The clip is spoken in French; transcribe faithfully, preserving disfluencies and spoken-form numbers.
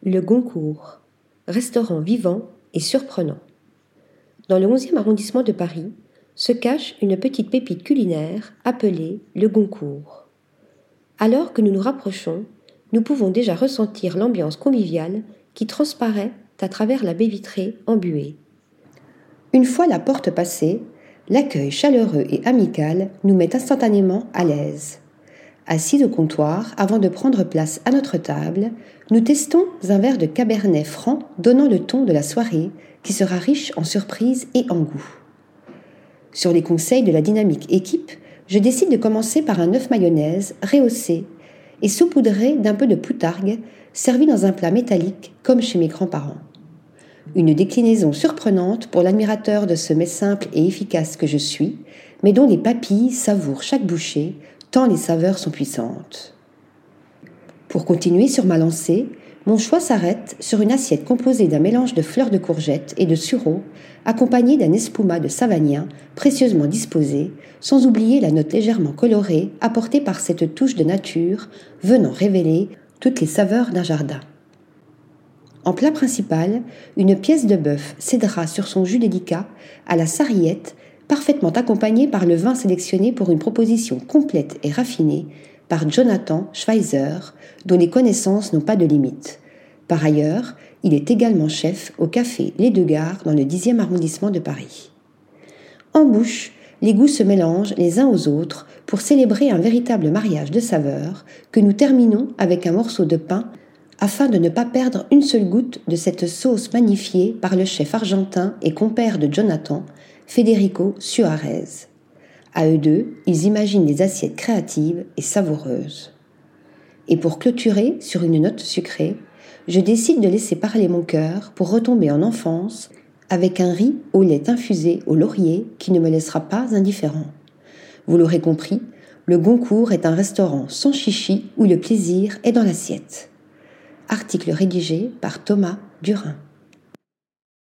Le Goncourt, restaurant vivant et surprenant. Dans le onzième arrondissement de Paris se cache une petite pépite culinaire appelée le Goncourt. Alors que nous nous rapprochons, nous pouvons déjà ressentir l'ambiance conviviale qui transparaît à travers la baie vitrée embuée. Une fois la porte passée, l'accueil chaleureux et amical nous met instantanément à l'aise. Assis au comptoir, avant de prendre place à notre table, nous testons un verre de cabernet franc donnant le ton de la soirée qui sera riche en surprises et en goût. Sur les conseils de la dynamique équipe, je décide de commencer par un œuf mayonnaise rehaussé et saupoudré d'un peu de poutargue servi dans un plat métallique comme chez mes grands-parents. Une déclinaison surprenante pour l'admirateur de ce mets simple et efficace que je suis, mais dont les papilles savourent chaque bouchée, tant les saveurs sont puissantes. Pour continuer sur ma lancée, mon choix s'arrête sur une assiette composée d'un mélange de fleurs de courgettes et de sureau, accompagnée d'un espuma de savagnin précieusement disposé, sans oublier la note légèrement colorée apportée par cette touche de nature, venant révéler toutes les saveurs d'un jardin. En plat principal, une pièce de bœuf cédera sur son jus délicat à la sarriette, parfaitement accompagné par le vin sélectionné pour une proposition complète et raffinée par Jonathan Schweizer, dont les connaissances n'ont pas de limite. Par ailleurs, il est également chef au café Les Deux Gares dans le dixième arrondissement de Paris. En bouche, les goûts se mélangent les uns aux autres pour célébrer un véritable mariage de saveurs que nous terminons avec un morceau de pain afin de ne pas perdre une seule goutte de cette sauce magnifiée par le chef argentin et compère de Jonathan, Federico Suarez. À eux deux, ils imaginent des assiettes créatives et savoureuses. Et pour clôturer sur une note sucrée, je décide de laisser parler mon cœur pour retomber en enfance avec un riz au lait infusé au laurier qui ne me laissera pas indifférent. Vous l'aurez compris, le Goncourt est un restaurant sans chichi où le plaisir est dans l'assiette. Article rédigé par Thomas Durin.